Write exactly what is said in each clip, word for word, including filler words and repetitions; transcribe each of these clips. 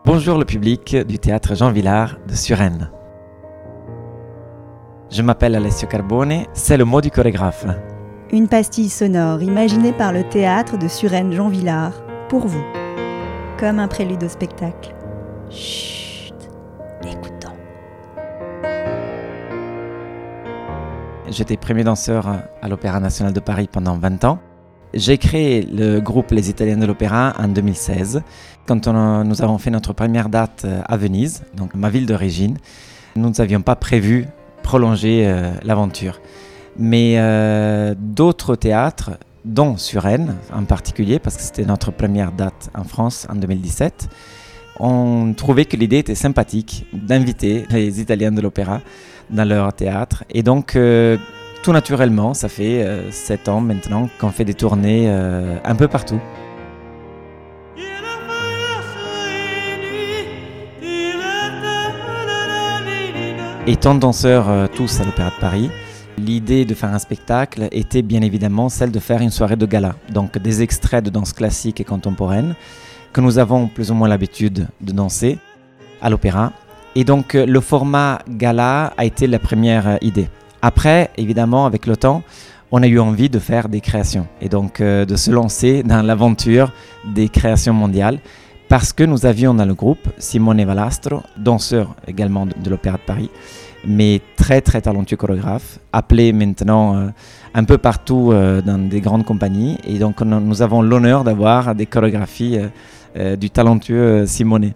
Bonjour le public du théâtre Jean Vilar de Suresnes. Je m'appelle Alessio Carbone, c'est le mot du chorégraphe. Une pastille sonore imaginée par le théâtre de Suresnes Jean Vilar, pour vous, comme un prélude au spectacle. Chut, écoutons. J'étais premier danseur à l'Opéra National de Paris pendant vingt ans. J'ai créé le groupe Les Italiens de l'Opéra en deux mille seize, quand on, nous avons fait notre première date à Venise, donc ma ville d'origine. Nous n'avions pas prévu prolonger euh, l'aventure. Mais euh, d'autres théâtres, dont Suresnes en particulier, parce que c'était notre première date en France en deux mille dix-sept, ont trouvé que l'idée était sympathique d'inviter les Italiens de l'Opéra dans leur théâtre. Et donc, euh, tout naturellement, ça fait euh, sept ans maintenant qu'on fait des tournées euh, un peu partout. Étant danseurs euh, tous à l'Opéra de Paris, l'idée de faire un spectacle était bien évidemment celle de faire une soirée de gala. Donc des extraits de danse classique et contemporaine que nous avons plus ou moins l'habitude de danser à l'opéra. Et donc le format gala a été la première idée. Après, évidemment, avec le temps, on a eu envie de faire des créations et donc euh, de se lancer dans l'aventure des créations mondiales parce que nous avions dans le groupe Simone Valastro, danseur également de, de l'Opéra de Paris, mais très très talentueux chorégraphe, appelé maintenant euh, un peu partout euh, dans des grandes compagnies. Et donc on, nous avons l'honneur d'avoir des chorégraphies euh, euh, du talentueux Simone.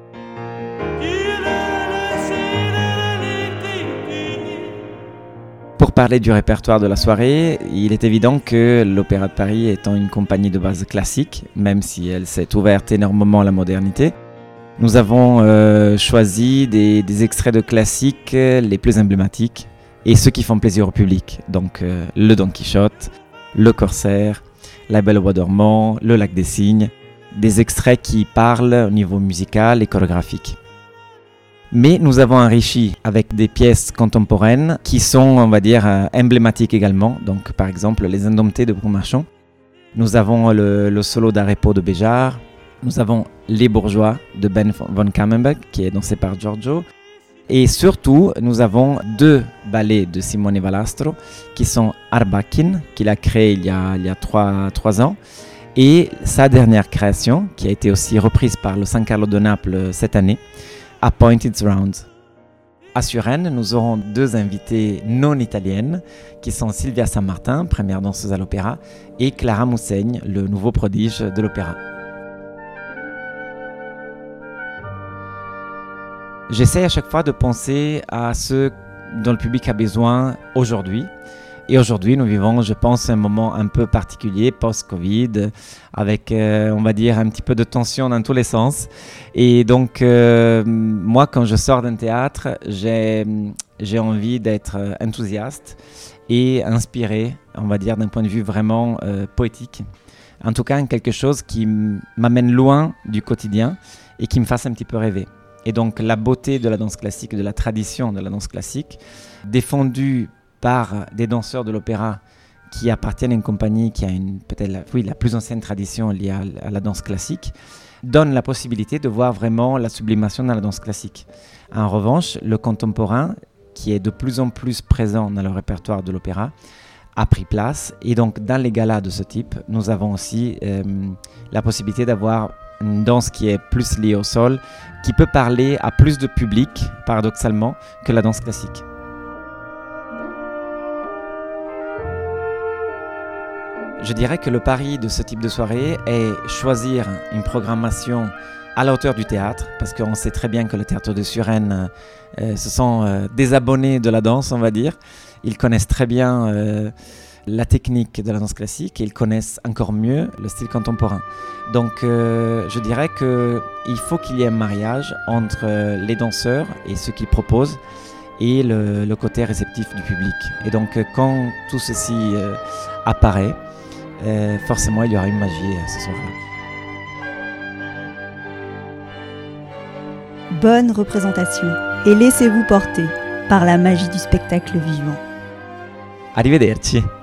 Pour parler du répertoire de la soirée, il est évident que l'Opéra de Paris étant une compagnie de base classique, même si elle s'est ouverte énormément à la modernité, nous avons euh, choisi des, des extraits de classiques les plus emblématiques et ceux qui font plaisir au public. Donc euh, le Don Quichotte, le Corsaire, La Belle au Bois dormant, le Lac des Cygnes, des extraits qui parlent au niveau musical et chorégraphique. Mais nous avons enrichi avec des pièces contemporaines qui sont, on va dire, euh, emblématiques également. Donc, par exemple, Les Indomptés de Beaumarchand. Nous avons le, le solo d'Arepo de Béjart. Nous avons Les Bourgeois de Ben von Kammenbeck, qui est dansé par Giorgio. Et surtout, nous avons deux ballets de Simone Valastro, qui sont Arbakin, qu'il a créé il y a, il y a trois, trois ans, et sa dernière création, qui a été aussi reprise par le San Carlo de Naples cette année, Appointed Rounds. À Suresnes, nous aurons deux invitées non italiennes qui sont Sylvia Saint-Martin, première danseuse à l'opéra, et Clara Mousseigne, le nouveau prodige de l'opéra. J'essaie à chaque fois de penser à ce dont le public a besoin aujourd'hui. Et aujourd'hui, nous vivons, je pense, un moment un peu particulier, post-Covid, avec, euh, on va dire, un petit peu de tension dans tous les sens. Et donc, euh, moi, quand je sors d'un théâtre, j'ai, j'ai envie d'être enthousiaste et inspiré, on va dire, d'un point de vue vraiment euh, poétique. En tout cas, quelque chose qui m'amène loin du quotidien et qui me fasse un petit peu rêver. Et donc, la beauté de la danse classique, de la tradition de la danse classique, défendue par des danseurs de l'opéra qui appartiennent à une compagnie qui a une, peut-être la, oui, la plus ancienne tradition liée à, à la danse classique, donne la possibilité de voir vraiment la sublimation dans la danse classique. En revanche, le contemporain, qui est de plus en plus présent dans le répertoire de l'opéra, a pris place. Et donc, dans les galas de ce type, nous avons aussi euh, la possibilité d'avoir une danse qui est plus liée au sol, qui peut parler à plus de public, paradoxalement, que la danse classique. Je dirais que le pari de ce type de soirée est choisir une programmation à la hauteur du théâtre, parce qu'on sait très bien que le théâtre de Suresnes, euh, ce sont euh, des abonnés de la danse, on va dire. Ils connaissent très bien euh, la technique de la danse classique et ils connaissent encore mieux le style contemporain. Donc euh, je dirais qu'il faut qu'il y ait un mariage entre les danseurs et ceux qu'ils proposent et le, le côté réceptif du public. Et donc quand tout ceci euh, apparaît, Euh, forcément il y aura une magie euh, ce soir-là. Bonne représentation et laissez-vous porter par la magie du spectacle vivant. Arrivederci.